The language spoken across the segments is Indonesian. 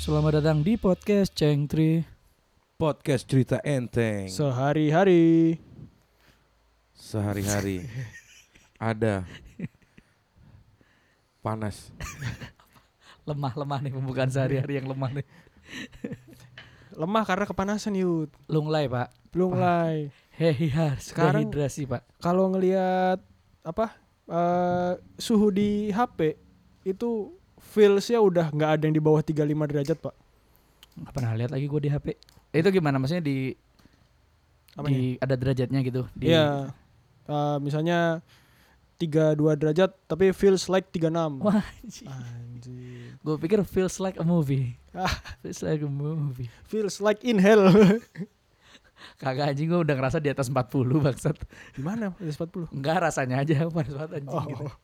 Selamat datang di podcast Cengtri. Podcast cerita enteng. Sehari-hari Ada panas. Lemah nih pembukaan sehari-hari yang lemah nih. lemah karena kepanasan Yud. Lunglai pak. Lunglai. Sekarang Sekarang- hidrasi pak. Kalau ngelihat suhu di HP itu feelsnya udah nggak ada yang di bawah 35 derajat pak. Nggak pernah lihat lagi gue di HP. Itu gimana maksudnya di ada derajatnya gitu di Iya. Misalnya 32 derajat tapi feels like 36. Wah, Anjir. gue pikir feels like a movie. Ah. Feels like a movie. Feels like in hell. Kagak anjing, gue udah ngerasa di atas 40 bangsat. Gimana? Ada 40. Enggak, rasanya aja panas banget anjing Oh. gitu.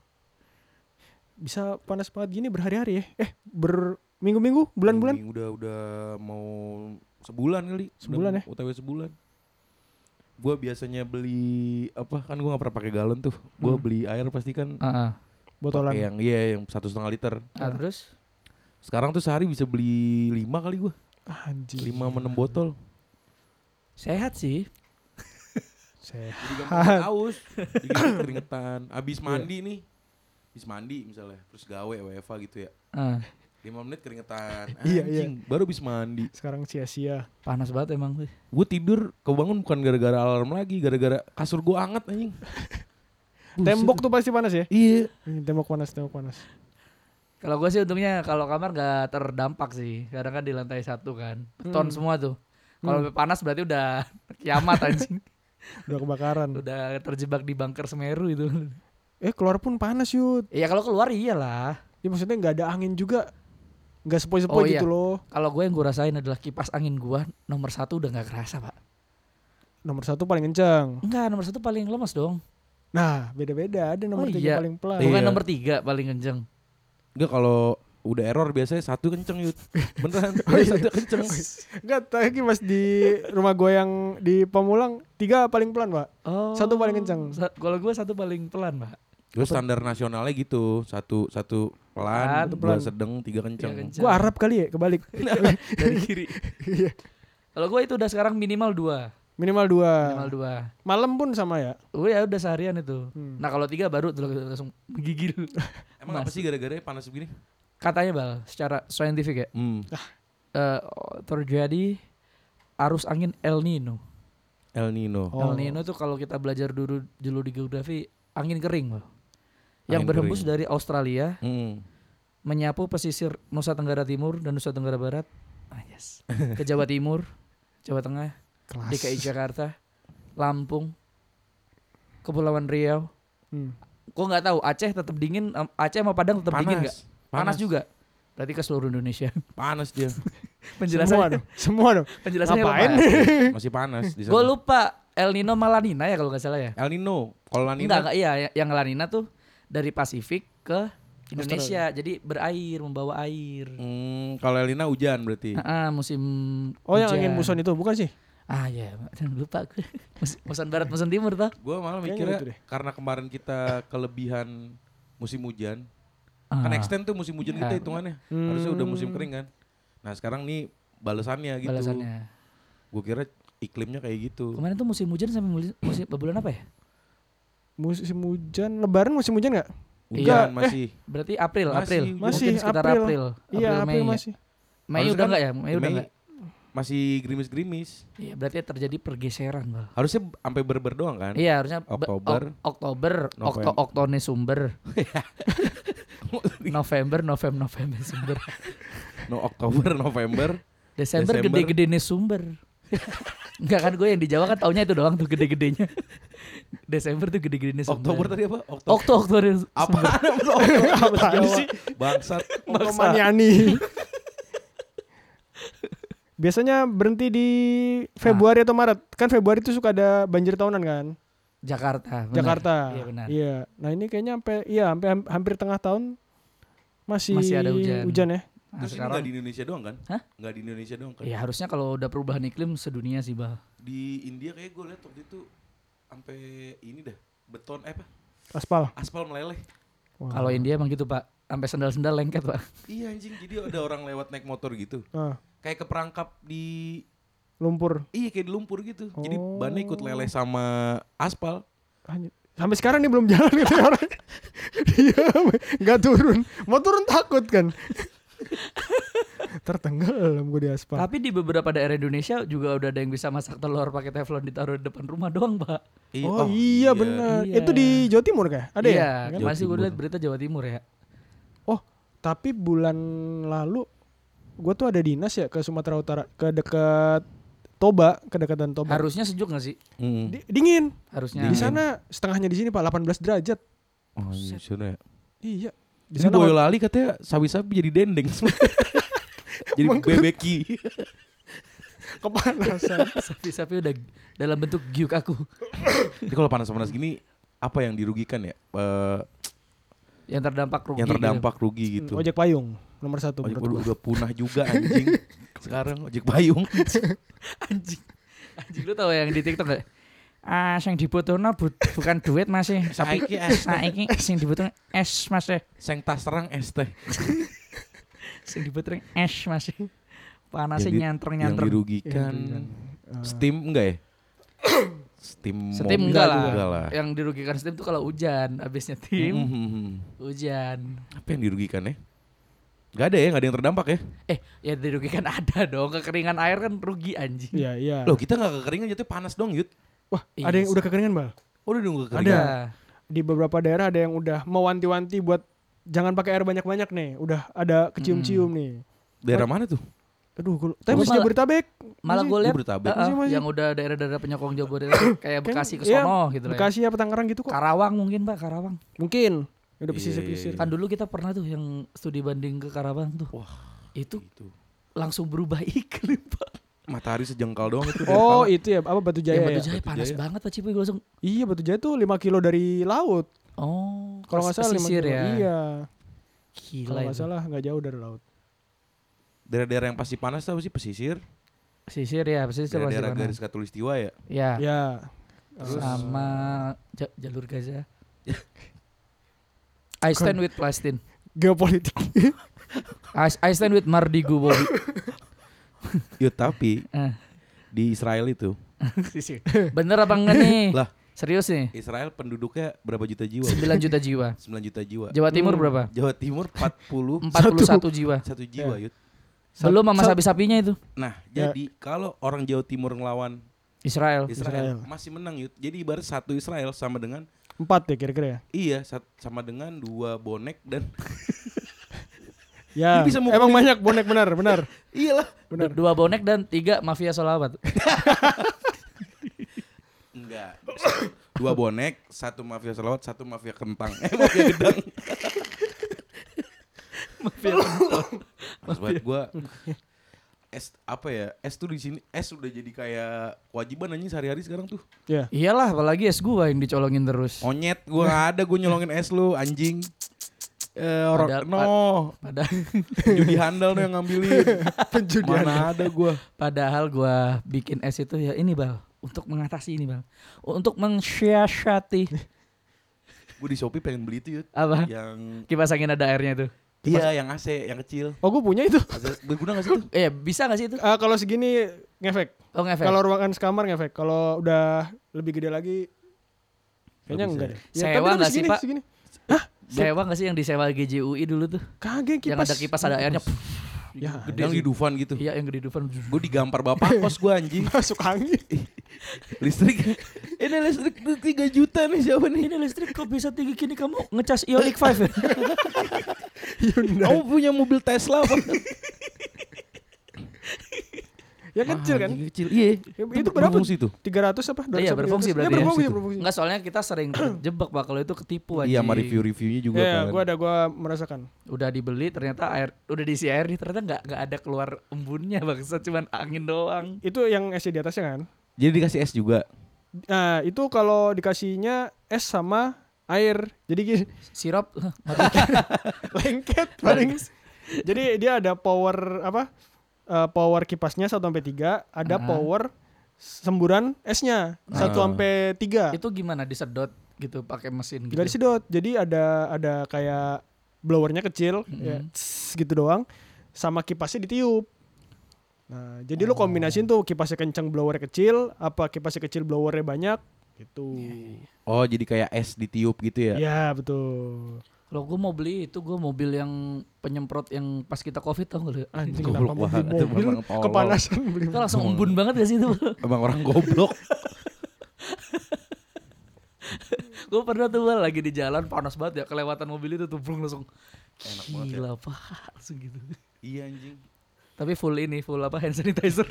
Bisa panas banget gini berhari-hari ya? Berminggu-minggu, bulan-bulan? Ini udah mau sebulan kali. Sebulan ya? UTW sebulan. Gue biasanya beli kan gue nggak pernah pakai galon tuh. Gue beli air pasti kan Botolan. pakai yang 1,5 liter. Terus Sekarang tuh sehari bisa beli 5 kali gue. Anjir. 5-6 botol. sehat sih. Sehat. Jadi gampang haus, jadi keringetan. Abis mandi nih, abis mandi misalnya, terus gawe WFA gitu ya. 5 menit keringetan. Iya, Anjing, baru abis mandi. Sekarang sia-sia. Panas banget emang sih. Gue tidur kebangun bukan gara-gara alarm lagi, gara-gara kasur gue hangat anjing. Buset. Tembok tuh pasti panas ya? Iya. Tembok panas. Kalau gue sih untungnya kalau kamar gak terdampak sih. Kadang kan di lantai 1 kan. Beton semua tuh. Kalau panas berarti udah kiamat anjing. Udah kebakaran. Udah terjebak di bunker Semeru itu. Keluar pun panas Yud. Iya kalau keluar iyalah. Ya maksudnya gak ada angin juga. Gak Oh, sepoi-sepoi iya. gitu loh. Kalau gue yang gue rasain adalah kipas angin gue nomor 1 udah gak kerasa pak. Nomor 1 paling kencang. Enggak, nomor 1 paling lemes dong. Nah beda-beda. Ada nomor 3 iya. paling pelan. Bukan Iya. nomor 3 paling kenceng. Enggak, kalau udah error biasanya 1 kenceng Yud. Beneran, iya. 1 kenceng. Enggak, tadi pas di rumah gue yang di Pamulang 3 paling pelan pak. Oh. 1 paling kencang. Kalau gue 1 paling pelan pak. Gue standar nasionalnya gitu, 1 pelan, 2 pelan. sedang, 3 kenceng. 3 kenceng. Gue Arab kali ya kebalik. Dari kiri. Iya. Kalau gue itu udah sekarang minimal 2. Minimal 2. Minimal 2. Malam pun sama ya. Ya udah seharian itu. Nah kalau 3 baru tuh langsung menggigil. Emang apa sih gara-gara panas begini? Katanya Bal, secara saintifik ya, terjadi arus angin El Nino. El Nino. Oh. El Nino tuh kalau kita belajar dulu di geografi, angin kering Bal. Yang Angin berhembus kering. dari Australia, Hmm. menyapu pesisir Nusa Tenggara Timur dan Nusa Tenggara Barat. Yes. Ke Jawa Timur, Jawa Tengah, Kelas. DKI Jakarta, Lampung, Kepulauan Riau. Gue nggak tahu Aceh tetap dingin, Aceh sama Padang tetap dingin nggak? Panas juga. Berarti ke seluruh Indonesia. Panas dia. Penjelasannya Semua dong. penjelasannya Ngapain? apa? Masih panas di sana. Gue lupa El Nino sama La Nina ya kalau nggak salah ya. El Nino. Kalau La Nina Enggak iya, yang La Nina tuh dari Pasifik ke Indonesia. Jadi berair, membawa air. kalau El Nino hujan berarti. Musim Oh yang hujan. angin muson itu bukan sih? Ya, lupa gue. Musim barat, musim timur tuh. Gue malah Kayaknya mikirnya itu deh. karena kemarin kita kelebihan musim hujan. Kan extend tuh musim hujan kita hitungannya. Harusnya udah musim kering kan. Nah sekarang nih balasannya gitu. Balasannya. Gue kira iklimnya kayak gitu. Kemarin tuh musim hujan sampai musim bulan apa ya? Musim hujan, lebaran musim hujan gak? Hujan Iya. masih. Berarti April. Masih Mungkin sekitar April. April. Iya April Mei. masih. Mei Harusnya udah kan enggak ya? Mei udah Mei enggak? masih gerimis-gerimis. Iya, berarti terjadi pergeseran, Bal. Harusnya sampai berber doang kan? Iya, harusnya Oktober, Oktober, November. Oktone sumber. November sumber. Oktober, November. Desember Desember. gede-gede nih sumber. Enggak kan gue yang di Jawa kan taunya itu doang tuh gede-gedenya. Desember tuh gede-gede nih sumber. Oktober tadi apa? Oktober Apaan? Apaan sih? Bangsat. Maniani. Biasanya berhenti di Februari atau Maret. Kan Februari itu suka ada banjir tahunan kan? Jakarta. Benar. Jakarta. Iya benar. Iya. Nah ini kayaknya sampai hampir tengah tahun masih Ada hujan. ya. Nah, Terus ini sekarang nggak di Indonesia doang kan? Hah? Nggak di Indonesia doang kan? ya harusnya kalau udah perubahan iklim sedunia sih, Bal. Di India kayak gue liat waktu itu sampai ini dah beton apa? Aspal. Aspal meleleh. Wah. Kalau India emang gitu, Pak. sampai sendal-sendal lengket, Pak. Iya anjing, jadi ada orang lewat naik motor gitu. Ah, Kayak keperangkap di lumpur. iya kayak di lumpur gitu. Jadi Oh. bannya ikut leleh sama aspal. Sampai sekarang nih belum jalan gitu ya orang. Dia nggak turun. Mau turun takut kan. Tertenggelam gue di aspal. Tapi di beberapa daerah Indonesia juga udah ada yang bisa masak telur pakai teflon ditaruh di depan rumah doang, Pak. Oh iya benar. Iya. Itu di Jawa Timur kah? Ada Iya, ya? Kan? masih gue Timur. lihat berita Jawa Timur ya. Oh, tapi bulan lalu gue tuh ada dinas ya ke Sumatera Utara, ke dekat Toba, kedekatan Toba. Harusnya sejuk gak sih? Dingin. Harusnya. Di sana setengahnya di sini Pak 18 derajat. Oh iya, sudah ya. Iya. Di Di sana Boyolali katanya sapi-sapi jadi dendeng. Jadi bebeki. kepanasan. Sapi-sapi udah dalam bentuk giuk aku. Jadi kalau panas-panas gini apa yang dirugikan ya? Yang terdampak rugi. Yang terdampak rugi gitu. Ojek payung nomor 1 Ojek menurut gua. udah punah juga anjing. Sekarang ojek payung. Anjing. Anjing lu tau yang di TikTok gak? Sing dibutuhno bukan duit masih. Saiki es. Saiki sing dibutuhno es masih. Seng tas terang es teh. Sing dibutuhno es masih. Panasnya Yang nyantreng-nyantreng. dirugikan Steam enggak ya? Steam Steam mobil enggak juga lah. Yang dirugikan Steam tuh kalau hujan, habisnya tim hujan. Apa yang dirugikan ya? Gak ada ya, gak ada yang terdampak ya? Ya dirugikan ada dong. Kekeringan air kan rugi anjing. Iya, iya. Loh kita gak kekeringan jatuh panas dong Yud. Wah, Iya ada yang sih. udah kekeringan, Bal. Udah dong Ada. kekeringan. Di beberapa daerah ada yang udah mewanti-wanti buat jangan pakai air banyak-banyak nih. Udah ada kecium-cium nih. Daerah mana tuh? Aduh, tapi Gua masih Jabodetabek. Malah gue lihat Jabodetabek. Masih. yang udah daerah-daerah penyokong Jabodetabek kayak Bekasi ke Iya, sono gitu lah. Ya. Bekasi apa Tangerang gitu kok. Karawang mungkin Pak, Karawang. Mungkin. Udah Iya, pesisir-pesisir. Kan dulu kita pernah tuh yang studi banding ke Karawang tuh. Wah Itu itu. langsung berubah iklim Pak. Matahari sejengkal doang itu. Oh, itu ya apa Batu Jaya Yang ya? Batu Jaya Batu panas Jaya. banget Pak Cipuy gue langsung. Iya, Batu Jaya tuh 5 kilo dari laut. Oh, Kalau nggak salah 5 pesisir kilo. ya. Iya. Gila Kalau nggak itu. salah nggak jauh dari laut. Daerah-daerah yang pasti panas tau sih pesisir. Pesisir ya, pesisir pasti Daerah-daerah panas. garis khatulistiwa ya. Ya. Ya. Sama jalur Gaza. I stand with Palestine. Geopolitik. I stand with Mardigu Bobby. Yud tapi Eh. di Israel itu. Bener apa enggak nih? Lah. Serius nih? Israel penduduknya berapa juta jiwa? 9 juta jiwa. 9 juta jiwa. Jawa Timur berapa? Jawa Timur 41 41 jiwa. jiwa Yud. Belum sama sapi-sapinya itu. Nah, Ya. jadi kalau orang Jawa Timur ngelawan Israel. Israel masih menang Yud. Jadi ibarat satu Israel sama dengan 4 ya kira-kira ya. iya sama dengan 2 bonek dan Ya. Dia bisa mukulin. Emang banyak bonek benar. iyalah Benar. 2 bonek dan 3 mafia solawat. enggak 2 bonek, 1 mafia selawat, 1 mafia kentang. Mafia gedang. Mafia Mas buat gua es apa ya? Es tuh di sini es udah jadi kayak kewajiban anjing sehari-hari sekarang tuh. Ya. Iyalah, apalagi es gua yang dicolongin terus. Onyet gua nggak ada gua nyolongin es lu anjing. Orang Padahal judi handal tuh yang ngambilin. Penjudian. Mana ada gua. Padahal gua bikin es itu ya ini Bal, untuk mengatasi ini Bal. Untuk mensiasati Gua di Shopee pengen beli itu Yud. apa? Yang Kipas angin ada airnya tuh. iya yang AC yang kecil. Oh, gue punya itu. Berguna gak sih itu? Bisa gak sih itu? Kalau segini ngefek. Oh ngefek. Kalau ruangan sekamar ngefek. Kalau udah lebih gede lagi kayaknya Nggak enggak bisa. deh. Sewa tapi nggak sih, Pak? Segini. Sewa gak sih yang disewa GJUI dulu tuh? Kagak kipas. Yang ada kipas ada airnya. Ya, Gede Yang sih. di Dufan gitu. Iya yang gede Dufan. Gue digampar bapak kos gue anjing. masuk angin. Listrik. Ini listrik 3 juta nih siapa nih? Ini listrik kok bisa tinggi gini, kamu ngecas Ioniq 5 ya? Kamu punya mobil Tesla apa? Ya kecil kan? Kecil. Iya. Itu berapa? Berfungsi tuh. 300 apa? 200 Iya apa? berfungsi 300? berarti Ya, berfungsi, ya. berfungsi. Enggak, soalnya kita sering terjebak Pak kalau itu ketipu aja. Iya sama review-reviewnya juga Ya, kan. gua merasakan. Udah dibeli ternyata udah diisi air nih, ternyata nggak ada keluar embunnya bangsa, cuman angin doang. Itu yang es di atasnya kan? Jadi dikasih es juga. Nah, itu kalau dikasihnya es sama air. Jadi gini, Sirup lengket paling. Jadi dia ada power apa? Power kipasnya 1 sampai 3, ada power semburan esnya 1 sampai 3. itu gimana disedot gitu pakai mesin gitu. Gak disedot. Jadi ada kayak blowernya kecil, ya, gitu doang, sama kipasnya ditiup. Nah, jadi lu kombinasiin tuh kipasnya kencang, blowernya kecil, apa kipasnya kecil, blowernya banyak, gitu. Oh, jadi kayak es ditiup gitu ya? Ya betul. Kalau gue mau beli itu, gue mobil yang penyemprot yang pas kita COVID tau gak lu? Anjing, Goblok kenapa mau banget, beli itu mobil memang tolol. kepanasan beli Kan langsung embun banget gak sih itu? Emang orang goblok. Gue pernah tuh Bal, lagi di jalan panas banget ya, kelewatan mobil itu tuh langsung Enak banget ya. gila apa langsung gitu. Iya anjing. Tapi full apa hand sanitizer.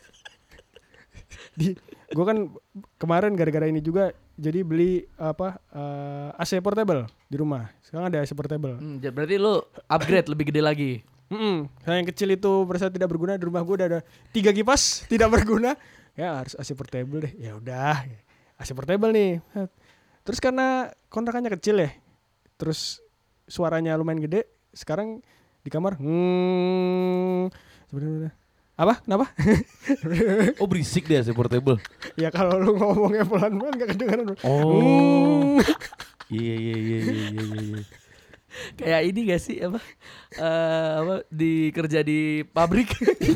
Gue kan kemarin gara-gara ini juga jadi beli AC portable di rumah. Sekarang ada AC portable. Berarti lu upgrade lebih gede lagi. Saya yang kecil itu berasa tidak berguna, di rumah gue udah ada 3 kipas tidak berguna. Ya harus AC portable deh. Ya udah, AC portable nih. Terus karena kontrakannya kecil ya, terus suaranya lumayan gede. Sekarang di kamar, sebenarnya apa? Kenapa? Oh berisik deh si portable. Ya kalau lu ngomongnya pelan-pelan gak kedengeran. Oh. Iya. Kayak ini gak sih apa kerja di pabrik.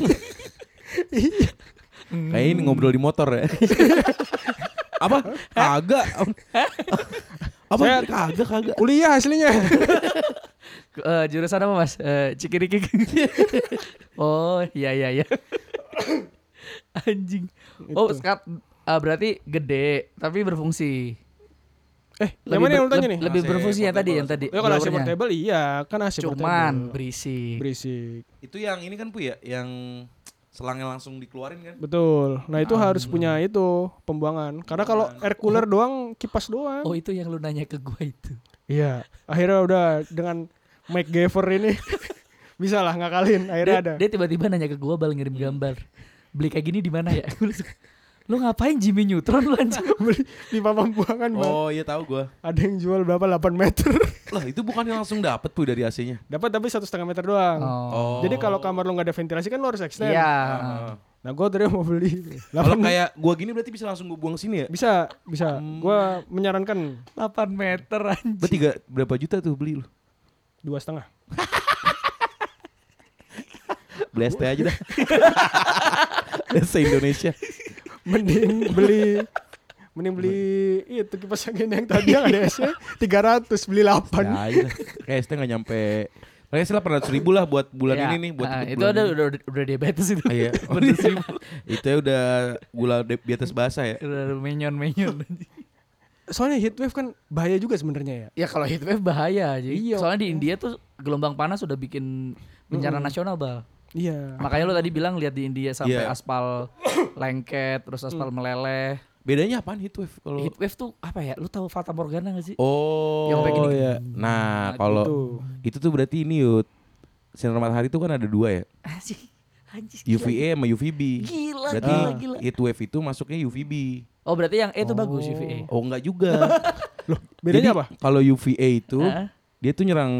Kayak ini ngobrol di motor ya. Apa? Kagak. Apa? Saya Kagak. Kuliah aslinya. Jurusan apa Mas? Cikirikik. Oh iya. Anjing. Oh berarti gede tapi berfungsi. Yang mana yang lu tanya nih? Lebih berfungsi yang tadi. Ya kalau AC portable iya, kan AC cuman portable. berisik. Itu yang ini kan ya, yang selangnya langsung dikeluarin kan? Betul. Nah itu harus punya itu pembuangan. Karena kalau air cooler doang, kipas doang. Oh itu yang lu nanya ke gua itu. Iya. Akhirnya udah dengan MacGyver ini bisa lah ngakalin. Akhirnya ada. Dia tiba-tiba nanya ke gua, Bal, ngirim gambar. Beli kayak gini di mana ya? Lu ngapain Jimmy Neutron lu anjing? Beli di pembuangan Bang. Oh iya tahu gua. Ada yang jual berapa 8 meter. Lah itu bukannya langsung dapet tuh dari AC-nya? Dapat tapi 1,5 meter doang. Oh. Jadi kalau kamar lu nggak ada ventilasi kan lu harus extend. Iya. Nah gue tadi mau beli. Kalau kayak gua gini berarti bisa langsung gua buang sini ya? Bisa. Gua menyarankan 8 meter anjing. Berarti berapa juta tuh beli lu? 2,5. Beli ST aja dah. ST Indonesia. Mending beli itu kipas angin yang tadi yang ada esnya 300 beli 8. Ya aja. Kayak ST gak nyampe. Kayaknya sih 800.000 lah buat bulan ini nih. Buat itu bulan udah diabetes itu. Iya. Itu ya udah gula diabetes basah ya. Udah menyon. Soalnya heatwave kan bahaya juga sebenarnya ya. Ya kalau heatwave bahaya aja. Iya. Soalnya di India tuh gelombang panas udah bikin bencana nasional, Bal. Iya. Makanya lo tadi bilang lihat di India sampai Iya. aspal lengket, terus aspal meleleh. Bedanya apaan heatwave? Kalau Heatwave tuh apa ya? Lu tahu Fata Morgana gak sih? oh, Yang kayak gini. ya. Nah, kalau gitu. itu tuh berarti ini Yud. Sinar matahari itu kan ada 2 ya. Anjing. UVA sama UVB. Gila, Berarti gila. heatwave itu masuknya UVB. Oh berarti yang E itu bagus UVA. Oh enggak juga. Loh, bedanya apa? Kalau UVA itu Hah? dia tuh nyerang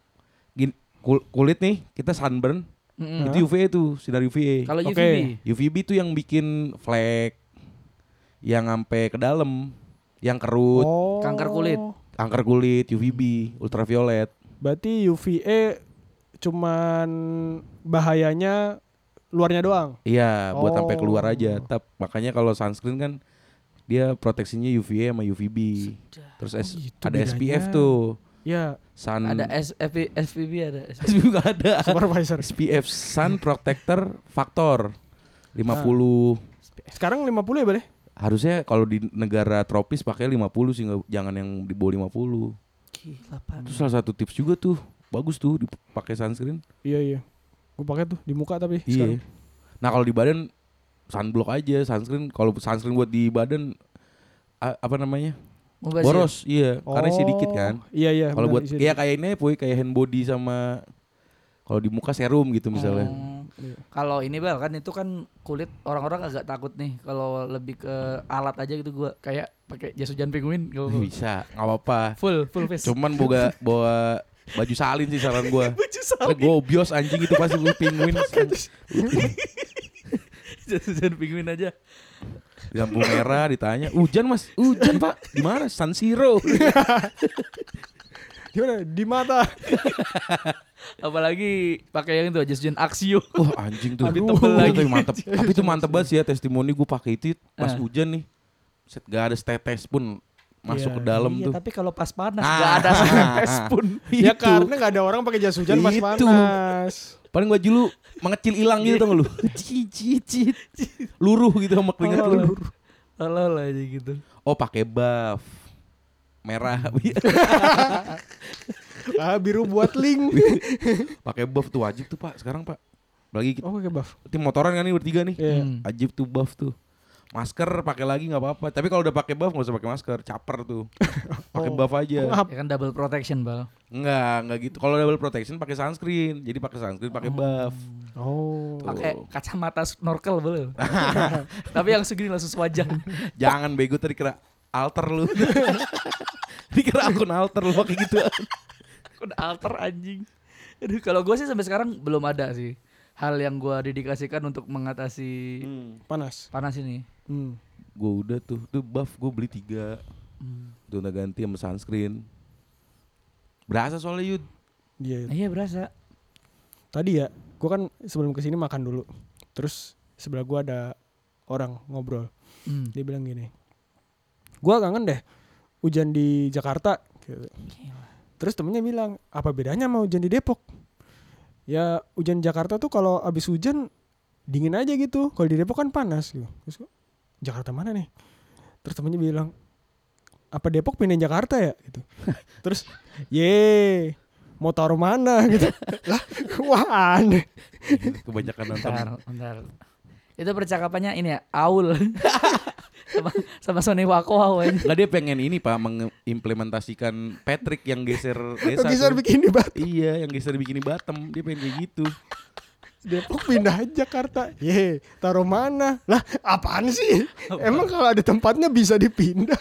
kulit nih, kita sunburn. Itu UVA tuh, sinar UVA. Kalau Oke. UVB? UVB tuh yang bikin flek, yang sampai ke dalam, yang kerut, Kanker kulit. kanker kulit, UVB, ultraviolet. Berarti UVA cuman bahayanya luarnya doang. Iya, buat sampai Oh. keluar aja. Makanya kalau sunscreen kan dia proteksinya UVA sama UVB. Terus gitu ada bedanya. SPF tuh. Ya, Sun Ada SPB ada. SPF nggak ada. supervisor. SPF Sun Protector Factor 50. Sekarang 50 ya, Bale? Harusnya kalau di negara tropis pakai 50 sih, jangan yang di bawah 50. Gila pan. Itu salah satu tips juga tuh. Bagus tuh dipakai sunscreen. Iya. Gue pakai tuh di muka tapi Iya. sekarang. Nah, kalau di badan sunblock aja, sunscreen. Kalau sunscreen buat di badan apa namanya? Mubazir. Boros, iya. Karena sedikit kan. Iya. Kalau benar, buat isi ya dikit. kayak ini kayak hand body sama kalau di muka serum gitu misalnya. Kalau ini Bal kan itu kan kulit orang-orang agak takut nih kalau lebih ke alat aja gitu gua kayak pakai jas hujan penguin gak apa-apa. Bisa, nggak apa-apa. Full face. Cuman bawa baju salin sih saran gua. Baju salin. Gobios anjing itu pasti gue penguin. Jas hujan penguin aja. Lampu merah ditanya, "Hujan Mas?" "Hujan Pak." "Di mana?" "San Siro." Gimana? Di mata. Apalagi pakai yang itu jas hujan Axio. Wah anjing tuh. Lebih tebel lagi. Itu mantep. Tapi itu mantep banget sih ya testimoni gue pakai itu pas hujan nih. Set gak ada tetes pun masuk ke dalam Iya, tuh. tapi kalau pas panas gak ada setetes pun. Ya karena gak ada orang pakai jas hujan pas Itu. panas. Paling baju lu mengecil hilang gitu tau gak lu. Cicit. Luruh gitu sama keringat lu. Tolol aja gitu. Oh pakai buff. Merah. Biru buat link. Pakai buff tuh wajib tuh Pak sekarang Pak. Lagi Oh pakai buff. tim motoran kan nih bertiga nih. Iya. Wajib tuh buff tuh. Masker pakai lagi nggak apa-apa. Tapi kalau udah pakai buff nggak usah pakai masker, caper tuh. Pakai buff aja. Ya kan double protection, Bal. Nggak gitu. Kalau double protection pakai sunscreen. Jadi pakai sunscreen, pakai buff. Oh. Pakai kacamata snorkel boleh. Tapi yang segini langsung sewajah. Jangan bego tadi kira alter lu. Dikira akun alter lu pakai gitu. Akun alter anjing. Aduh, kalau gue sih sampai sekarang belum ada sih hal yang gue dedikasikan untuk mengatasi panas ini. Gue udah tuh buff gue beli 3. Tuh udah ganti sama sunscreen. Berasa soalnya Yud. Iya berasa. Tadi ya, gue kan sebelum kesini makan dulu. Terus sebelah gue ada orang ngobrol. Dia bilang gini, gue kangen deh hujan di Jakarta. Gitu. Terus temennya bilang, apa bedanya sama hujan di Depok? Ya hujan Jakarta tuh kalau abis hujan dingin aja gitu. Kalau di Depok kan panas gitu. Terus Jakarta mana nih? Terus temennya bilang, apa Depok pindahin Jakarta ya? Gitu. Terus, mau taruh mana gitu. Lah, wah aneh. Kebanyakan nonton. Bentar. Itu percakapannya ini ya, Aul. sama Sony Wako. Lah dia pengen ini Pak mengimplementasikan Patrick yang geser desa. Geser bikin di Batam. Iya, yang geser bikin di Batam. Dia pengen kayak gitu. Depok pindah Jakarta. Taruh mana? Lah, apaan sih? Emang kalau ada tempatnya bisa dipindah?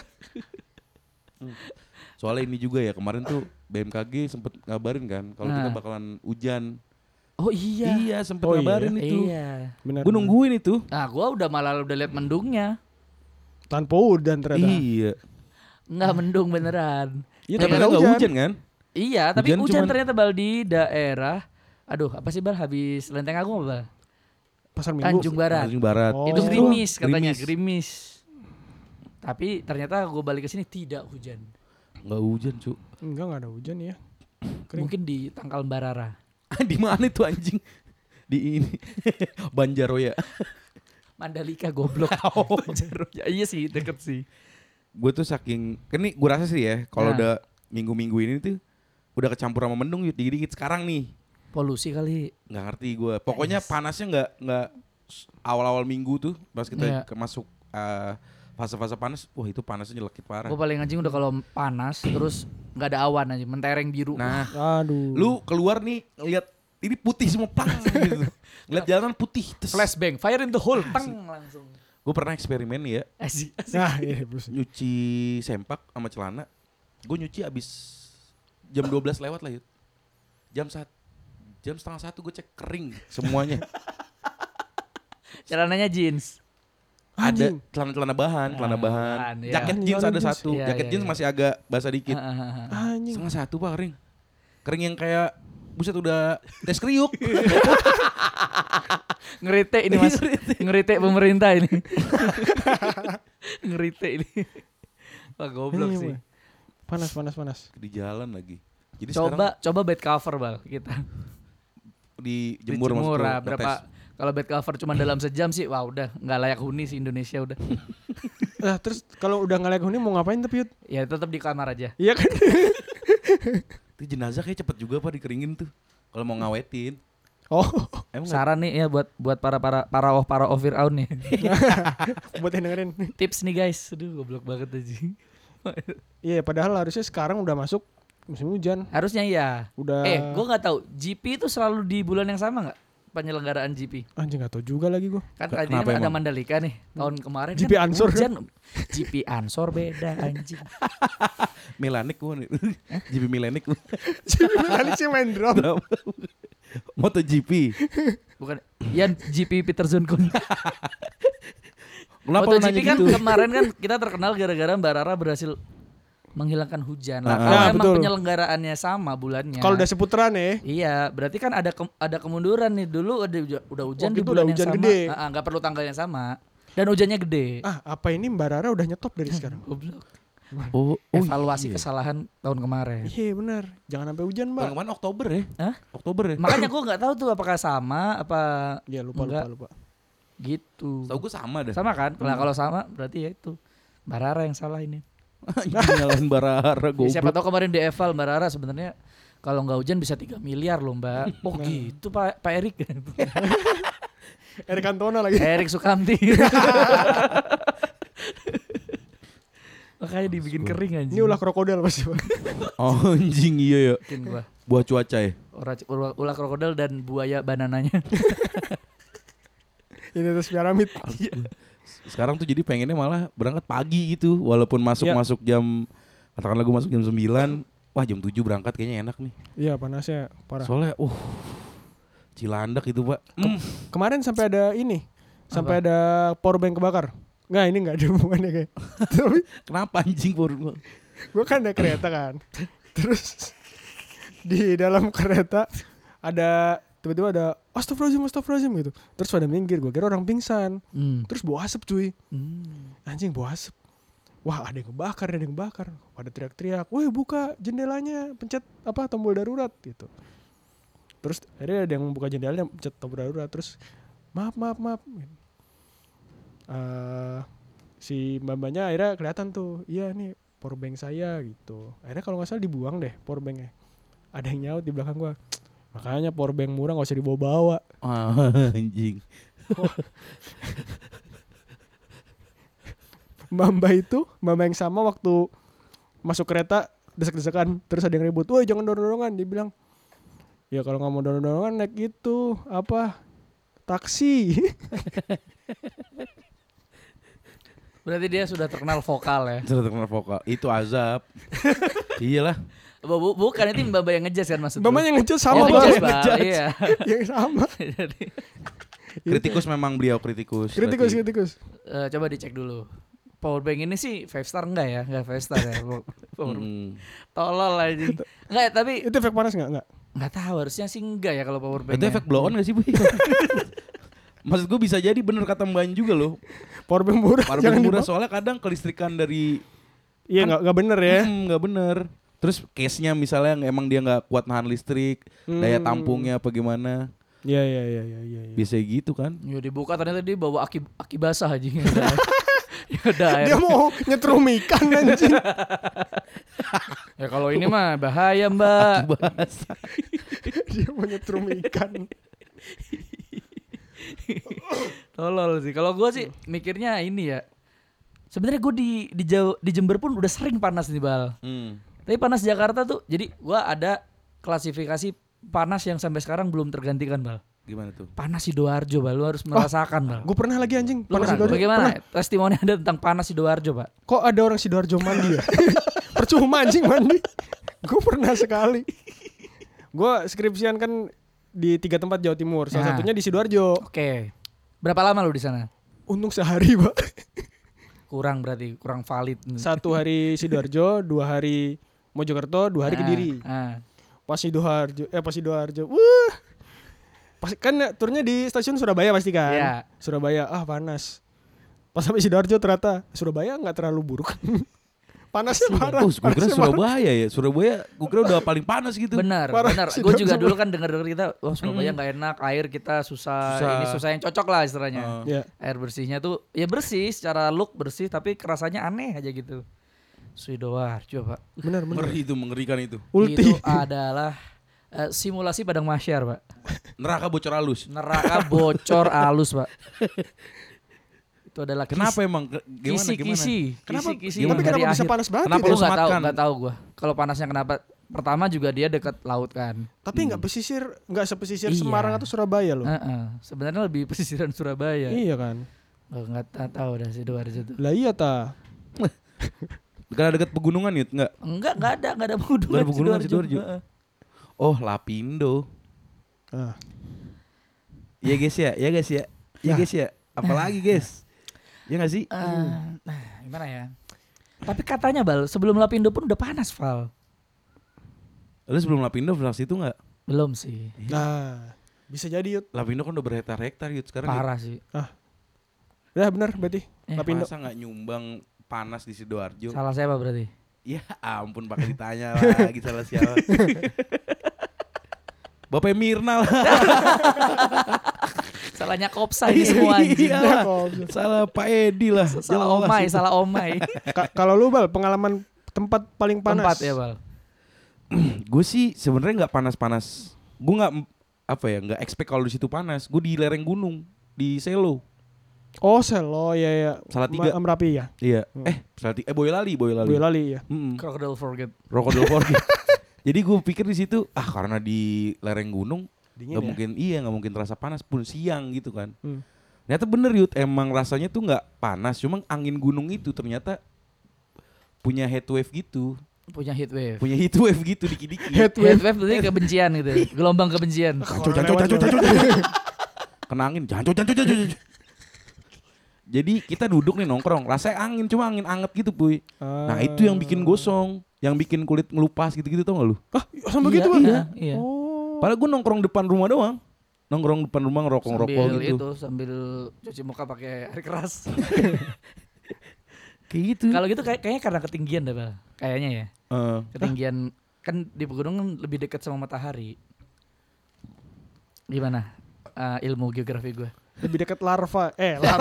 Soalnya ini juga ya, kemarin tuh BMKG sempet ngabarin kan kalau kita bakalan hujan. Oh iya. Iya, sempet ngabarin itu. Iya. Gue nungguin itu. Nah, gue udah lihat mendungnya. Tanpa hujan ternyata. Iya. Nggak mendung beneran. Iya, tapi nggak hujan kan? Iya, tapi hujan ternyata Bal di daerah. Aduh, apa sih Bal? Habis Lenteng Agung apa Bal? Pasar Minggu. Tanjung Barat. Oh. Itu gerimis katanya, gerimis. Tapi ternyata gue balik ke sini tidak hujan. Nggak hujan, Cuk. Enggak ada hujan ya. Kering. Mungkin di Tangkal Barara. Di mana itu anjing? Di ini. Banjaroya. Mandalika goblok. Banjaroya. Iya sih, deket sih. Gue tuh saking, kan nih gue rasa sih ya, kalau udah minggu-minggu ini tuh udah kecampur sama mendung dikit-dikit sekarang nih. Polusi kali. Nggak ngerti gue. Pokoknya panasnya nggak awal-awal minggu tuh pas kita masuk fase-fase panas. Wah itu panasnya nyelekit parah. Gue paling anjing udah kalau panas terus nggak ada awan aja, mentereng biru. Nah, aduh. lu keluar nih lihat ini putih semua plang gitu. Ngeliat jalanan putih. Flashbang, fire in the hole, tang langsung. Gue pernah eksperimen nih ya. Asik. Nah, iya, nyuci sempak sama celana. Gue nyuci abis jam 12 lewat lah Yud. Jam setengah 1 gue cek kering semuanya. Celananya jeans. Ada celana bahan. Ya. Jaket jeans ada satu. Iya, Jaket jeans iya. masih agak basah dikit. Anjing. Setengah 1 Pak kering. Kering yang kayak buset udah tes kriuk. Ngerite ini Mas. Ngerite pemerintah ini. Ngerite ini. Wah goblok sih. Panas. Di jalan lagi. Jadi Coba bed cover Bal kita. Di jemur lah, berapa kalau bed cover cuma dalam sejam sih wah udah nggak layak huni sih Indonesia udah. Nah, terus kalau udah nggak layak huni mau ngapain tapi Yud? Ya tetap di kamar aja. Iya kan? Itu jenazah kayak cepet juga Pak dikeringin tuh. Kalau mau ngawetin. Oh, Emang saran nih ya buat para Fir'aun nih. buat yang dengerin. Tips nih guys. Aduh goblok banget aja. Iya, padahal harusnya sekarang udah masuk musim hujan. Harusnya iya. Udah. Gue nggak tahu GP itu selalu di bulan yang sama nggak penyelenggaraan GP? Anjing nggak tahu juga lagi gue. Kan tadi kan ada Mandalika nih tahun kemarin. GP kan Ansor hujan. GP Ansor beda anjing. Melanik gue nih. GP Melanik. Melanik sih main drum. MotoGP. Bukan. Ya GP Peter Zonkun. Kenapa MotoGP kan gitu? kemarin kan kita terkenal gara-gara Mbak Rara berhasil menghilangkan hujan lah. Nah, Kalau emang betul. penyelenggaraannya sama bulannya. Kalau udah seputaran ya. Iya, berarti kan ada kemunduran nih. Dulu udah hujan di Waktu itu bulan udah yang hujan sama. gede. Nggak perlu tanggalnya sama. Dan hujannya gede. Apa ini Mbak Rara udah nyetop dari sekarang? Goblok. Oh, Evaluasi iya. kesalahan tahun kemarin. Iya benar. Jangan sampai hujan, Mbak. Tahun kemarin Oktober ya? Hah? Oktober ya? Makanya gue nggak tahu tuh apakah sama apa Iya, lupa. gitu. Tahu gue sama dah. Sama kan? Nah, kalau sama berarti ya itu Mbak Rara yang salah ini. Nyalain Barara Ya, siapa goblok. tahu kemarin di eval Mbak Rara sebenarnya kalau nggak hujan bisa 3 miliar loh Mbak. Oh gitu Pak Erik. Erik Cantona lagi. Erik Sukamti. Makanya dibikin kering anjing. Ini ulah krokodil pasti, Pak. Oh, anjing iya ya. Bikin gua. Buah cuaca ya. Ulah krokodil dan buaya banananya. Ini terus piramid. Sekarang tuh jadi pengennya malah berangkat pagi gitu. Walaupun masuk jam, katakanlah gue masuk jam 9. Wah jam 7 berangkat kayaknya enak nih. Iya panasnya parah. Soalnya Cilandak itu Pak. Kemarin sampai ada ini. Sampai ada powerbank kebakar. Nggak, ini nggak ada hubungannya kayak. Tapi Kenapa anjing baru? gue kan naik kereta kan. Terus di dalam kereta ada tiba-tiba ada astagfirullahaladzim gitu. Terus pada minggir, gue kira orang pingsan. Terus bau asap cuy. Anjing bau asap. Wah ada yang kebakar. Pada teriak-teriak, woi buka jendelanya, pencet tombol darurat gitu. Terus akhirnya ada yang buka jendelanya, pencet tombol darurat. Terus maaf. Si mbak-mbaknya akhirnya kelihatan tuh, iya nih powerbank saya gitu. Akhirnya kalau nggak salah dibuang deh powerbanknya. Ada yang nyaut di belakang gua, makanya powerbank murah nggak usah dibawa-bawa. Anjing. Mbak yang sama waktu masuk kereta desek-desekan, terus ada yang ribut, woi jangan dorong-dorongan. Dia bilang, ya kalau nggak mau dorong-dorongan naik itu taksi. Berarti dia sudah terkenal vokal ya. Sudah terkenal vokal. Itu azab. Iyalah. Bukan itu Mbak yang ngejazz kan maksudnya. Mbak yang ngejudge sama ngejazz, Bang. Bang. Iya. Yang sama. Jadi Kritikus memang beliau kritikus. Kritikus. coba dicek dulu. Powerbank ini sih 5 star enggak ya? Enggak 5 star ya. Tolol aja. Enggak, tapi Itu efek panas enggak? enggak tahu, harusnya sih enggak ya kalau powerbank. Itu efek blow on gak sih Bu? Maksud gue bisa jadi bener kata Mbak juga loh. Powerbank murah. Powerbank murah soalnya kadang kelistrikan dari. Iya enggak bener ya. Nggak bener. Terus case-nya misalnya yang emang dia nggak kuat nahan listrik, daya tampungnya apa gimana? Iya. Bisa gitu kan? Ya dibuka ternyata dia bawa aki basah aja. Ya udah air. Dia mau nyetrum ikan anjing. Ya kalau ini mah bahaya, Mbak. Dia mau nyetrum ikan. Tolol sih. Kalau gue sih mikirnya ini ya. Sebenarnya gue di Jember pun udah sering panas nih, Bal. Tapi panas Jakarta tuh, jadi gue ada klasifikasi panas yang sampai sekarang belum tergantikan, Bal. Gimana tuh? Panas Sidoarjo, Bal. Lu harus merasakan, Bal. Gue pernah lagi anjing. Lu pernah? Bagaimana testimoni Anda tentang panas Sidoarjo, Pak? Kok ada orang Sidoarjo mandi ya? Percuma anjing mandi. Gue pernah sekali. Gue skripsian kan di 3 tempat Jawa Timur. Salah satunya di Sidoarjo. Oke. Berapa lama lu di sana? Untung sehari, Pak. Kurang berarti, kurang valid. 1 hari Sidoarjo, 2 hari Mojokerto, 2 hari Kediri. Pas Sidoarjo. Wah. Pas kan turnya di stasiun Surabaya pasti kan. Iya. Surabaya, panas. Pas sampai Sidoarjo ternyata Surabaya enggak terlalu buruk. Panasnya parah. Gue kira Surabaya ya. Surabaya gue kira udah paling panas gitu. Benar. Gue juga dulu kan dengar kita, Surabaya nggak enak, air kita susah. Ini susah yang cocok lah istilahnya. Air bersihnya tuh ya bersih, secara look bersih, tapi rasanya aneh aja gitu. Sidoarjo, Pak. Benar. Ngeri itu, mengerikan itu. Ulti. Itu adalah simulasi padang mahsyar, Pak. Neraka bocor halus. Neraka bocor halus, Pak. Itu adalah Kenapa emang? Kisi. Kenapa? Kisi Tapi kenapa bisa akhir. panas banget? Kenapa itu? lu sematkan? Nggak tahu gue. Kalau panasnya kenapa? Pertama juga dia dekat laut kan. Tapi nggak sepesisir Iya. Semarang atau Surabaya loh. Sebenarnya lebih pesisiran Surabaya. Iya kan. Nggak tahu dah Sidoarjo tuh. Lah iya ta. Karena dekat pegunungan Yud? Enggak. Nggak ada pegunungan. Nggak ada pegunungan Sidoarjo. Oh, Lapindo. Iya guys ya. Iya guys ya. Apalagi guys? Iya gak sih? Gimana ya? Tapi katanya Bal, sebelum Lapindo pun udah panas Val. Lu sebelum Lapindo pernah situ nggak? Belum sih. Nah, bisa jadi Yud. Lapindo kan udah berhektar-hektar Yud sekarang. Parah sih. Udah benar berarti. Lapindo. Masa nggak nyumbang panas di Sidoarjo? Salah siapa berarti? Ya ampun pakai ditanya lagi salah siapa. Bapak Mirna lah. Salahnya Kopsa ini semua anjing. Iya, salah Pak Edi lah. Salah Omai. Kalau lu Bal, pengalaman tempat paling panas. Tempat ya Bal. Gue sih sebenarnya nggak panas-panas. Gue nggak expect kalau di situ panas. Gue di lereng gunung di Selo. Oh, Selo ya. Salatiga. Merapi ya. Iya. Salatiga. Boyolali. Boyolali ya. Crocodile Forget. Crocodile Forget. Jadi gue pikir di situ karena di lereng gunung Dingin nggak mungkin terasa panas pun siang gitu kan. Ternyata bener Yud, emang rasanya tuh nggak panas, cuma angin gunung itu ternyata punya heat wave gitu. Punya heat wave. Punya heat wave gitu dikit-dikit. Heat wave berarti kebencian gitu. Gelombang kebencian. Kena angin, jangan. Jadi kita duduk nih nongkrong, rasanya angin cuma angin anget gitu Puy. Nah itu yang bikin gosong, yang bikin kulit ngelupas gitu-gitu tau gak lu? Sampai gitu Bal? Iya. Padahal gue nongkrong depan rumah doang. Nongkrong depan rumah ngerokok-ngerokok gitu. Sambil cuci muka pakai air keras. Kayak gitu. Kalau gitu kayaknya karena ketinggian deh Bal. Kayaknya ya. Ketinggian kan di pegunungan lebih dekat sama matahari. Gimana ilmu geografi gue? lebih dekat larva.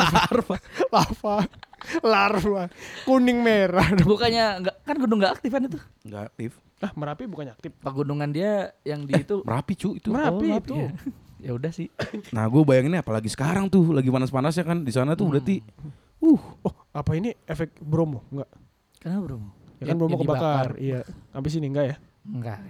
Larva. Kuning merah. Bukannya enggak kan gunung enggak aktif kan itu? Enggak aktif. Merapi bukannya aktif. Pegunungan dia yang di itu Merapi cu itu. Merapi itu. Ya. Ya udah sih. Nah, gue bayanginnya apalagi sekarang tuh lagi panas-panasnya kan di sana tuh berarti Oh, apa ini efek Bromo? Enggak. Kenapa bro? Ya kan Bromo kebakar. Iya. Habis ini enggak ya? Enggak.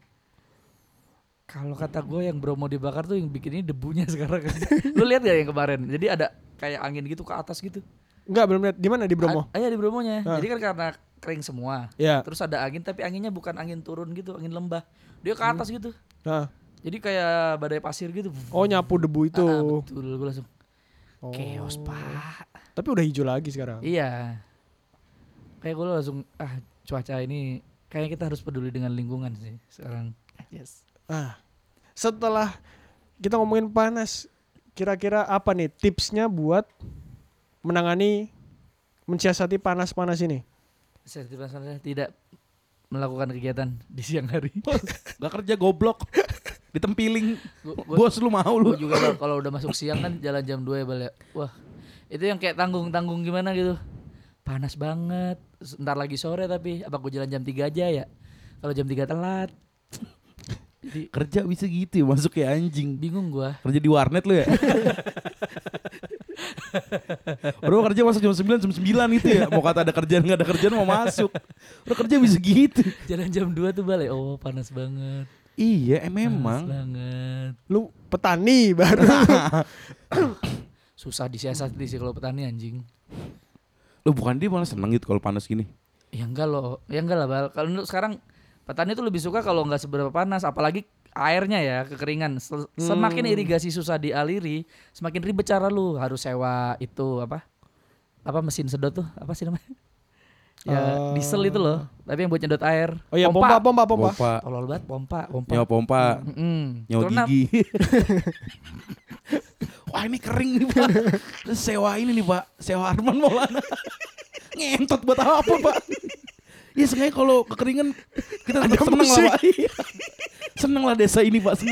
Kalau kata gue yang Bromo dibakar tuh yang bikin ini debunya sekarang. Lu lihat gak yang kemarin? Jadi ada kayak angin gitu ke atas gitu. Enggak, belum lihat. Di mana di Bromo? Iya di Bromonya. Jadi kan karena kering semua. Iya. Terus ada angin tapi anginnya bukan angin turun gitu, angin lembah. Dia ke atas gitu. Nah. Jadi kayak badai pasir gitu. Oh, nyapu debu itu. Betul, gue langsung chaos, Pak. Tapi udah hijau lagi sekarang. Iya. Kayak gue langsung cuaca ini kayaknya kita harus peduli dengan lingkungan sih sekarang. Yes. Setelah kita ngomongin panas, kira-kira apa nih tipsnya buat menangani mensiasati panas-panas ini? Saya tidak melakukan kegiatan di siang hari. Gak kerja goblok. Ditempiling. Bos lu mau lu. Gue juga kalau udah masuk siang kan jalan jam 2 ya Bal ya. Wah, itu yang kayak tanggung-tanggung gimana gitu. Panas banget. Ntar lagi sore tapi apa gue jalan jam 3 aja ya? Kalau jam 3 telat. Jadi Kerja bisa gitu ya, masuk kayak anjing. bingung gua. Kerja di warnet lu ya. Bro kerja masuk jam 9 itu ya. Mau kata ada kerjaan gak ada kerjaan mau masuk. Bro kerja bisa gitu. Jalan jam 2 tuh Bal ya. Oh, panas banget. Iya memang. Panas banget. Lu petani baru. Susah disiasati sih kalau petani anjing. Lu bukan dia malah seneng gitu kalau panas gini. Ya enggak loh. Ya enggak lah Bal. Kalau sekarang petani tuh lebih suka kalau nggak seberapa panas, apalagi airnya ya kekeringan. Semakin irigasi susah dialiri, semakin ribet cara lu harus sewa itu apa mesin sedot tuh apa sih namanya? Ya diesel itu loh, tapi yang buat nyedot air. Oh iya, pompa. Tolol banget pompa. Nyawa pompa. Nyawa gigi. Wah ini kering nih Pak. Terus sewa ini nih Pak, sewa Arman Maulana. Ngentot buat apa Pak? Ya sengaja kalau kekeringan kita tetap seneng lah Pak. Seneng lah desa ini Pak.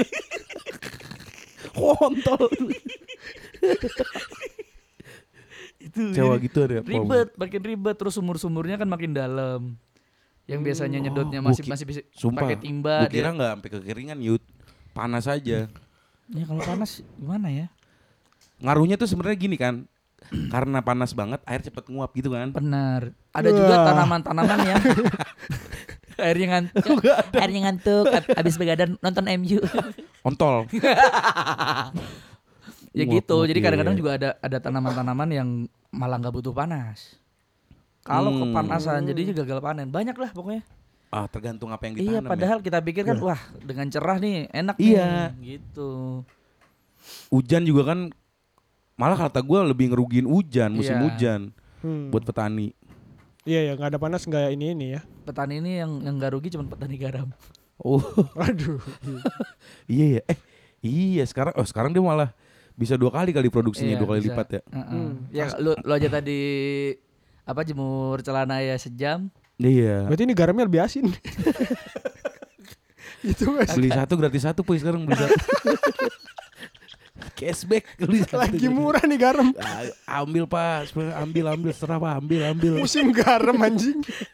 Kontol. Itu sewa gitu ada ribet, makin ribet. Terus sumur-sumurnya kan makin dalam. Yang biasanya nyedotnya masih bisa pakai timba. Gue kira nggak sampai kekeringan Yud. Panas aja. Ya kalau panas gimana ya? Ngaruhnya tuh sebenarnya gini kan. Karena panas banget air cepet nguap gitu kan. Benar. Ada juga tanaman-tanaman yang airnya ngantuk habis begadang nonton MU. Ontol. Ya gitu. Jadi kadang-kadang juga ada tanaman-tanaman yang malah nggak butuh panas. Kalau kepanasan jadi gagal panen. Banyak lah pokoknya. Tergantung apa yang ditanam. Iya, padahal kita pikir kan wah dengan cerah nih enak iya. nih gitu. Hujan juga kan malah kata gue lebih ngerugiin hujan, musim hujan buat petani. Iya ya, nggak ada panas, nggak ini ya. Petani ini yang nggak rugi cuma petani garam. Oh, Waduh. iya ya. Iya, sekarang dia malah bisa 2 kali produksinya, Iya, 2 kali bisa. lipat ya. Ya lu aja tadi apa jemur celana ya sejam. Iya. Berarti ini garamnya lebih asin. Itu Mas. Beli 1 gratis 1 Puy sekarang beli 1. Cashback beli 1. Lagi murah nih garam. Ambil Pak, ambil serah Pak, ambil. Musim garam anjing.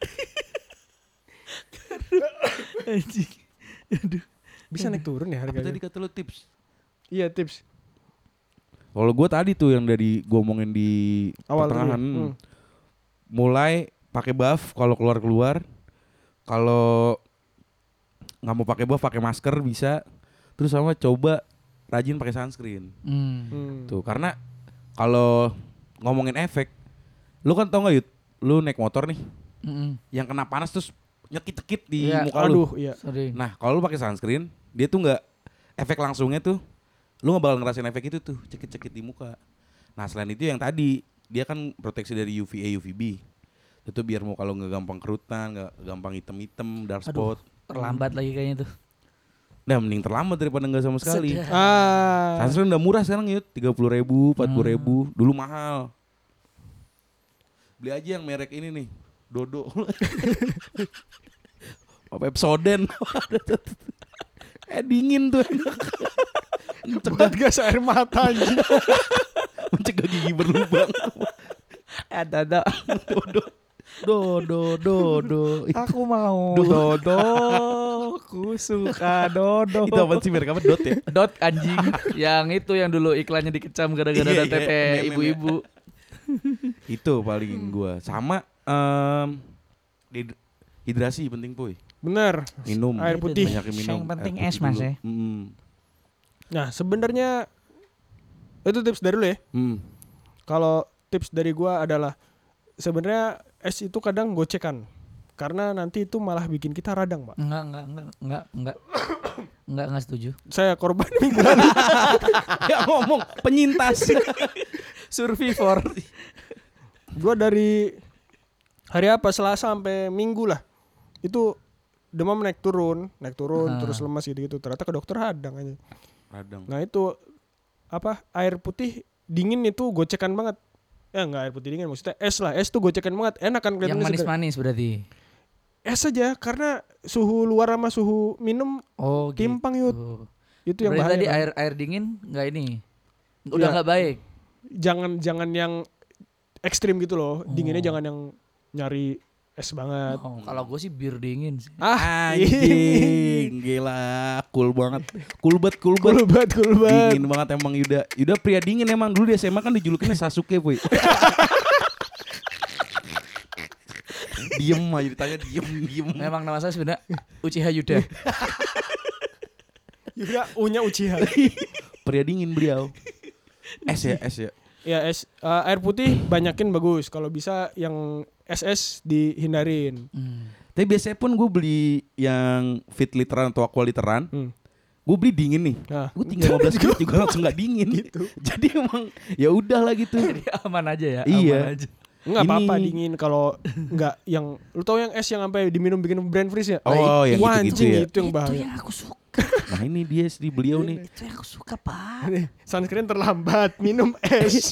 Anjing. Aduh. Bisa naik turun ya Apa harganya. tadi kata lu tips? Iya tips. Kalau gue tadi tuh yang dari gue omongin di Awal pertengahan, dulu. mulai pakai buff kalau keluar. Kalau nggak mau pakai buff, pakai masker bisa. Terus sama coba rajin pakai sunscreen. Tuh, karena kalau ngomongin efek, lu kan tau nggak Yud? Lu naik motor nih, yang kena panas terus nyekit-cekit di Iya, muka lu. Aduh, iya. Sorry. Nah, kalau lu pakai sunscreen, dia tuh nggak efek langsungnya tuh, lu nggak bakal ngerasain efek itu tuh, cekit-cekit di muka. Nah, selain itu yang tadi, dia kan proteksi dari UVA, UVB. Itu biar muka lu nggak gampang kerutan, nggak gampang hitam-hitam, dark spot. Terlambat lagi kayaknya tuh. Nah, mending terlambat daripada nggak sama sekali. Sedap. Sunscreen udah murah sekarang Yud, 30.000, 40.000. Dulu mahal. Beli aja yang merek ini nih, Dodo. Pepsodent. Dingin tuh. Buat gas air mata anjing. Mencegah gigi berlubang. Ada. Dodo. Aku mau Dodo. Aku suka Dodo. Itu apa sih merek apa? Dot ya? Dot anjing. Yang itu yang dulu iklannya dikecam gara-gara Iya, ada tete meme-nya. ibu-ibu. Itu paling gua. Sama hidrasi penting Puy. Bener. Minum. Air putih. Banyakin minum. Yang penting Air es, putih Mas, dulu. ya. Nah sebenarnya itu tips dari lu ya. Kalau tips dari gua adalah sebenarnya es itu kadang gocekan. Karena nanti itu malah bikin kita radang, Pak. Enggak setuju. Saya korban minggu lalu. Ya ngomong penyintas. Survivor. Gua dari hari apa Selasa sampai Minggu lah. Itu demam naik turun terus lemas gitu. Ternyata ke dokter radang aja. Radang. Nah, itu apa? Air putih dingin itu gocekan banget. Ya enggak air putih dingin maksudnya es lah. Es tuh gocekan banget. Enak kan Yang kelihatannya segar. manis-manis berarti. Es aja karena suhu luar sama suhu minum Oh, timpang gitu. Yud. Itu yang Berarti bahaya. tadi kan. air dingin enggak ini. Udah Iya. enggak baik. Jangan yang ekstrim gitu loh. Dinginnya jangan yang nyari es banget. Oh, kalau gue sih bir dingin sih. Anjing, gila, cool banget. Cool banget. Cool banget. Dingin banget emang Yuda pria dingin emang. Dulu di SMA kan dijulukinnya Sasuke Puy. Diem aja ditanya diem. Memang nama saya sebenarnya Uchiha Yuda. Yuda punya Uchiha. Pria dingin beliau. Es ya. Ya es air putih banyakin bagus. Kalau bisa yang es dihindarin. Tapi biasanya pun gue beli yang fit literan atau aqua literan. Gue beli dingin nih. Nah, Gue tinggal 15 menit juga langsung gak dingin gitu. Jadi emang ya udah lah gitu. Jadi aman aja ya. Iya. Aman aja. enggak Ini- apa-apa dingin kalau enggak yang lu tau yang es yang sampai diminum bikin brain freeze ya? Oh, yang Wah, gitu-gitu anjing, ya. itu yang Itu bahaya. yang aku suka. Nah ini dia di beliau nih. Itu yang aku suka, Pak. Nih, sunscreen terlambat, minum es.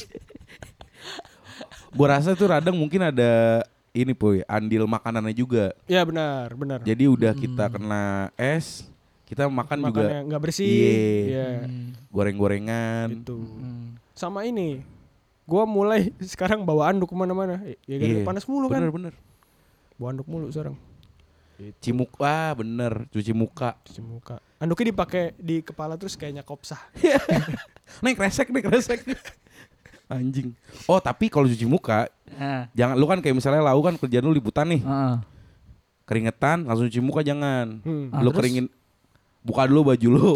Gue rasa tuh radang mungkin ada ini Puy, andil makanannya juga. Ya benar. Jadi udah kita kena es, kita makan juga Makannya enggak bersih. Iya. Iya. goreng-gorengan. Gitu. Sama ini. Gua mulai sekarang bawa anduk kemana-mana. Ya kan Iya. panas mulu kan. Bener. Bawa anduk mulu sekarang. Cimuk, bener, cuci muka. Cuci muka. Anduknya dipakai di kepala terus kayaknya kopsah. Nih kresek. Anjing. Oh tapi kalau cuci muka, Nah, jangan lu kan kayak misalnya lau kan kerjaan lu liputan nih, heeh. keringetan langsung cuci muka jangan. Ah, Lu terus? keringin, buka dulu baju lu.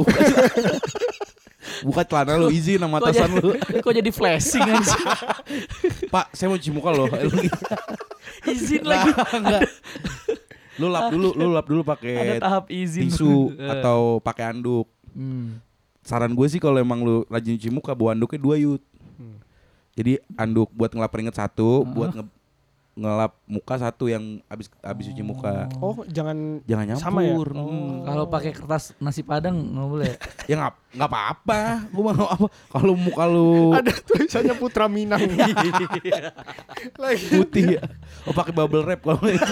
Buka celana lu, izin sama atasan lu. Kok jadi flashing aja? Pak, saya mau cuci muka loh. Izin lagi. Enggak. Lu lap dulu Ada pakai tahap izin. tisu atau pakai anduk. Hmm. Saran gue sih kalau emang lu rajin cuci muka, bawa anduknya 2 Yud. Jadi anduk buat ngelap keringet 1, buat ngelap muka satu yang abis cuci muka. Oh, jangan Jangan sama ya? nyampur. Kalau pakai kertas nasi padang nggak boleh. Ya nggak apa-apa. Gue mah nggak apa. Kalau muka lu Ada tulisannya Putra Minang. Lagi. putih ya. Oh pakai bubble wrap kalau itu.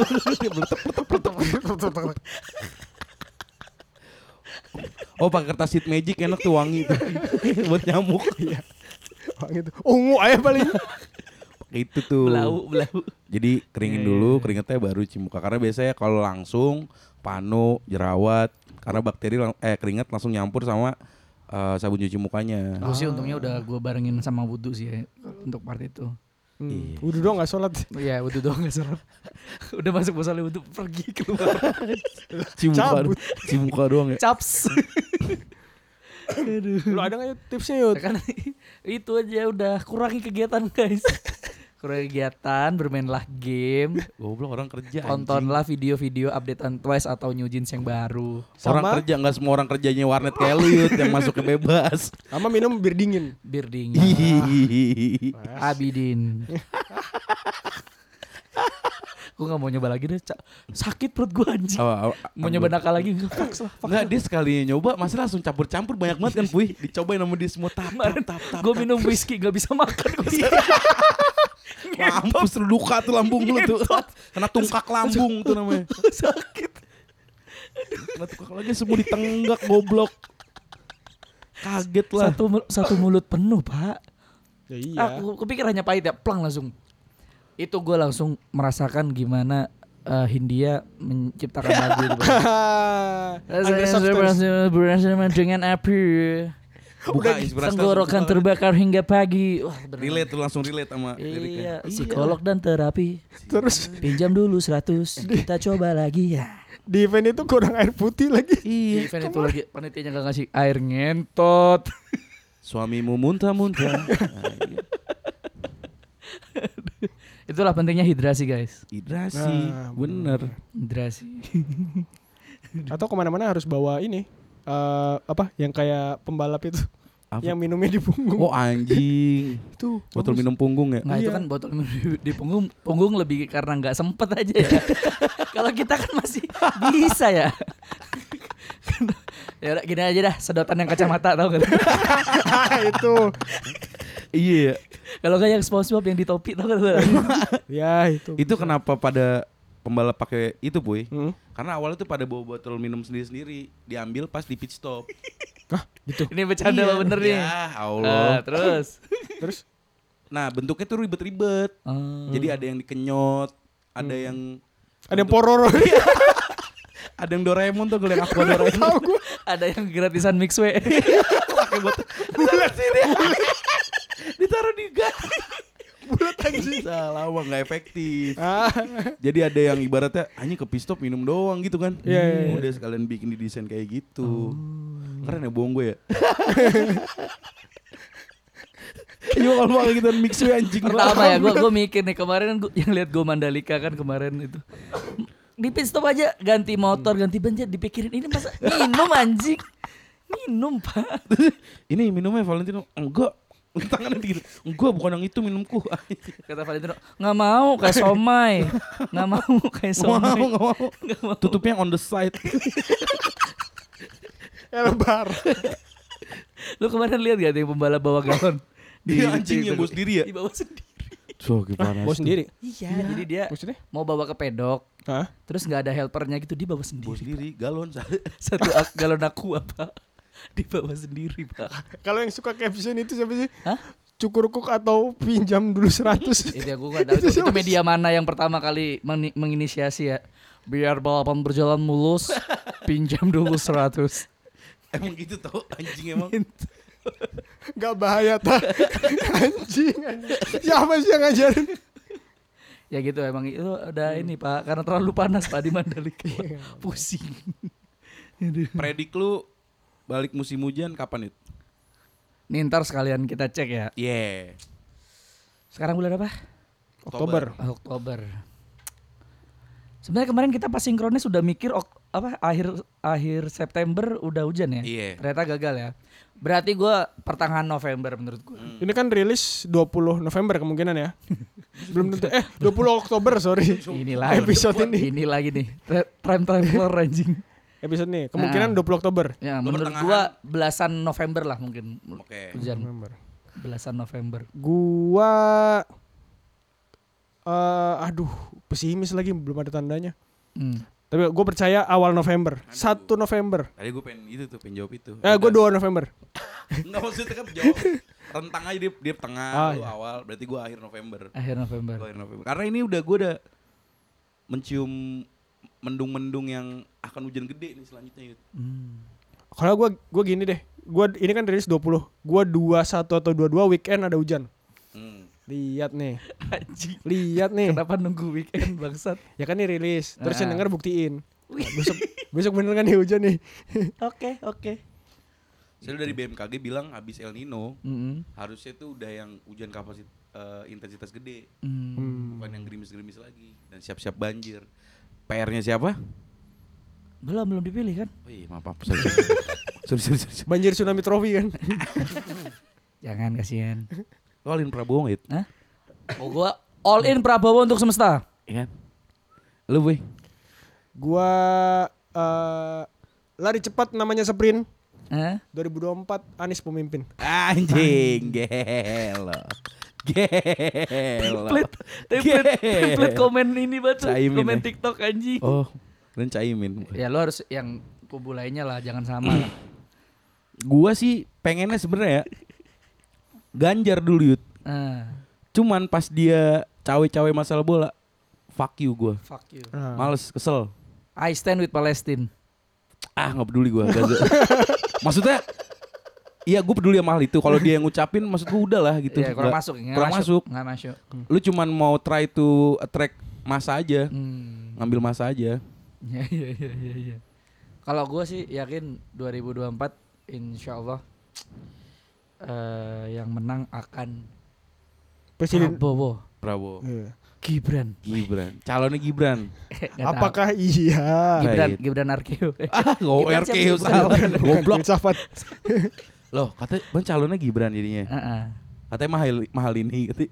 Oh pakai kertas sheet magic enak tuh wangi tuh. Buat nyamuk. Iya. Wangi itu. Ungu aja paling. Itu tuh. Belau. Jadi keringin dulu, keringetnya baru cuci muka. Karena biasanya kalau langsung panu, jerawat, karena bakteri keringat langsung nyampur sama sabun cuci mukanya. Gue sih untungnya udah gue barengin sama wudhu sih ya, untuk part itu. Iya. Udah dong gak sholat. Iya wudhu doang gak salah. Udah masuk musola wudhu pergi keluar. Cabut. Cuci muka doang ya. Caps. Lu ada gak ya tipsnya Yud? Kan itu aja udah kurangi kegiatan guys. Kurangi kegiatan, bermainlah game, Goblok orang kerja. anjing. tontonlah video-video updatean Twice atau New Jeans yang baru. Orang Sama- kerja nggak semua orang kerjanya warnet kayak lu Yud, yang masuknya bebas. Sama minum bir dingin. Bir dingin. Hihihi. Abidin. Gue gak mau nyoba lagi deh. Sakit perut gue anjing. Mau nyoba nakal lagi gak? Fuck lah. Enggak, dia sekali nyoba masih langsung campur-campur banyak banget kan Puy. Dicobain sama dia semua tap. Gue minum whisky gak bisa makan. Mampus lu luka tuh lambung lu tuh. Kena tungkak lambung tuh namanya. Sakit. Kena tungkak lagi semua ditenggak goblok. Kaget lah. Satu mulut penuh pak. Ya iya. Aku pikir hanya pahit ya. Plang langsung. Itu gue langsung merasakan gimana Hindia menciptakan lagu itu. Andre Substance. Berhasil dengan api. Buka inspirasi. Tenggorokan terbakar hingga pagi. Wah, bener. Relate tuh langsung relate sama liriknya. Iya, psikolog dan terapi. Terus Pinjam dulu 100, kita coba lagi ya. di event itu kurang air putih lagi. Di event itu lagi panitianya gak ngasih air ngentot. Suamimu muntah-muntah. Nah, iya. Itulah pentingnya hidrasi guys. Hidrasi, Nah, bener. Hidrasi. Atau kemana-mana harus bawa ini. Apa yang kayak pembalap itu. Apa? Yang minumnya di punggung. Oh anjing. Itu Botol bagus. minum punggung ya. Nah itu Iya. kan botol minum di punggung lebih karena nggak sempet aja ya. Kalau kita kan masih bisa ya. Ya udah gini aja dah, sedotan yang kacamata tau gak? Itu. Iya ya. Kalau kayak yang SpongeBob yang di topi tau gak? Ya itu. Itu kenapa pada pembalap pakai itu Puy? Hmm. Karena awalnya tuh pada bawa botol minum sendiri-sendiri, diambil pas di pit stop. Gitu. Ini bercanda Iya. apa bener nih? Ya Allah. Terus. Terus Nah bentuknya tuh ribet-ribet. Jadi ada yang dikenyot, ada yang ada yang pororo. ada yang Doraemon tuh, yang aqua Doraemon. Tahu gue. Ada yang gratisan mixway. Pakai botol bulat sini. Ditaruh di gas. Bulat anjing. Salah, wah nggak efektif. Ah. Jadi ada yang ibaratnya hanya ke pit stop minum doang gitu kan. Iya, iya, iya. Udah sekalian bikin di desain kayak gitu. Keren ya bohong gue ya. Iya kalau mau gitu mix anjing. Pertama ya gue mikir nih kemarin kan yang lihat gue Mandalika kan kemarin itu. Di pit stop aja ganti motor, ganti ban aja dipikirin ini masa minum anjing. Minum pak. Ini minumnya Valentino enggak. Tangannya gitu. Enggak, bukan yang itu minumku. Kata Valentino nggak mau kayak somai. Nggak mau kayak somai. Nggak mau. Tutupnya on the side. Lebar. Lu kemarin lihat gak ada yang pembalap bawa galon? Dia anjing yang bawa sendiri ya? Di bawah sendiri. So gimana? Bawa sendiri. Iya, jadi dia Maksudnya? mau bawa ke pedok. Hah? Terus nggak ada helpernya gitu, dia bawa Bawa sendiri. sendiri galon. Satu galon aqua pak, dibawa sendiri pak. Kalau yang suka caption itu siapa sih? Hah? Cukurukuk atau pinjam dulu 100. Itu ya gue gak tahu itu media mana yang pertama kali menginisiasi ya. Biar balapan berjalan mulus, pinjam dulu 100. Emang gitu tau anjing emang. Gak bahaya tak? Anjing. Siapa sih yang ngajarin? Ya gitu emang itu udah ini pak, karena terlalu panas pak di Mandalika. Pak. Pusing. Aduh. Predik lu balik musim hujan kapan itu? Nih ntar sekalian kita cek ya. Yeah. Sekarang bulan apa? Oktober. Oktober. Sebenarnya kemarin kita pas sinkronnya sudah mikir akhir September udah hujan ya. Iya. Ternyata gagal ya. Berarti gue pertengahan November menurut gue. Ini kan rilis 20 November kemungkinan ya. Belum tentu. 20 Oktober, sorry. Ini lagi. Episode ini. Ini lagi nih. Time traveler anjing. Episode nih, kemungkinan 20 Oktober. Ya, Lu menurut pertengahan. gua belasan November lah mungkin. Oke. Hujan. November. Belasan November. Gua aduh, pesimis lagi, belum ada tandanya. Tapi gue percaya awal November, 1 November. Tadi gue pengen itu tuh, pengen jawab itu. Gue 2 November. Enggak, maksudnya kan jawab rentang aja dia tengah, lu Iya. awal, berarti gue akhir November. Akhir November. Gua akhir November. Karena ini gue udah mencium mendung-mendung yang akan hujan gede nih selanjutnya. Yud. Kalau gue gini deh, ini kan rilis 20. Gue 21 atau 22 weekend ada hujan. Lihat nih. Anjing. Lihat nih. Kenapa nunggu weekend bangsat? Ya kan nih rilis. Terus yang denger buktiin. Wih. Besok bener kan nih hujan nih. Oke. Soalnya dari BMKG bilang habis El Nino harusnya tuh udah yang hujan intensitas gede, bukan yang gerimis-gerimis lagi dan siap-siap banjir. PR-nya siapa? Belum dipilih kan? Oh iya, maaf. Sorry. Banjir tsunami trofi kan. Jangan, kasihan. Lo alin Prabowo nggak? Hah? Oh, gua all in Prabowo untuk semesta. Iya. Lu boy? Gua lari cepat namanya sprint. 2024 Anies pemimpin. Anjing, gelo. Template komen ini batu, Caimin komen ya? TikTok anjing. Oh, dan Caimin. Ya lo harus yang kubu lainnya lah, jangan sama lah. Gua sih pengennya sebenarnya ya Ganjar dulu Yud. Cuman pas dia cawe-cawe masalah bola, fuck you gua. Fuck you. Males, kesel. I stand with Palestine. Nggak peduli gua. Maksudnya iya gue peduli sama hal itu. Kalau dia yang ngucapin maksud gue udah lah gitu. Ya, kurang Nggak- masuk. Kurang masuk. Nggak masuk. Lu cuman mau try to attract masa aja. Ngambil masa aja. Ya. Kalau gue sih yakin 2024 insya Allah yang menang akan Presiden. Prabowo. Iya. Gibran. Calonnya Gibran. Nggak tahu. Apakah iya? Gibran Arkeo. ORK siapa sih? salah. Goblok. Filsafat. Loh, katanya Bang calonnya Gibran jadinya. Katanya mahal ini katanya.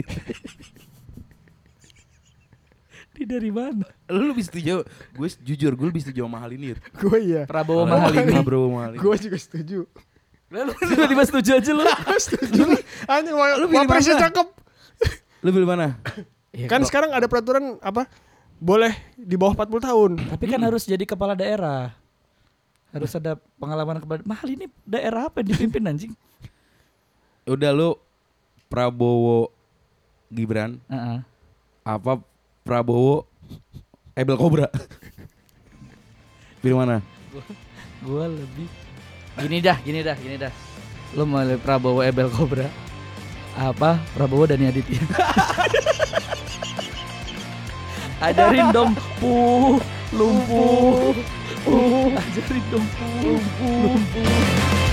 Ini dari mana? Lu lebih setuju? Gue jujur gue lebih setuju sama mahal ini. Gue iya. Prabowo mahal ini. Prabowo mahal ini. Gue juga setuju. Lu tiba-tiba setuju aja lu. Setuju. Anjing Lu pilih wapresnya mana? cakep. Lu pilih mana? Ya, Kan kalau- sekarang ada peraturan apa? Boleh di bawah 40 tahun. tapi kan harus jadi kepala daerah. Harus ada pengalaman kepala. Mahal ini daerah apa yang dipimpin anjing? Udah lu Prabowo Gibran apa Prabowo Ebel Cobra? Pilih mana? Gua lebih gini dah. Lu mau Prabowo Ebel Cobra apa Prabowo Dani Aditya? Ajarin dong lumpuh. Ajarin dong lumpuh.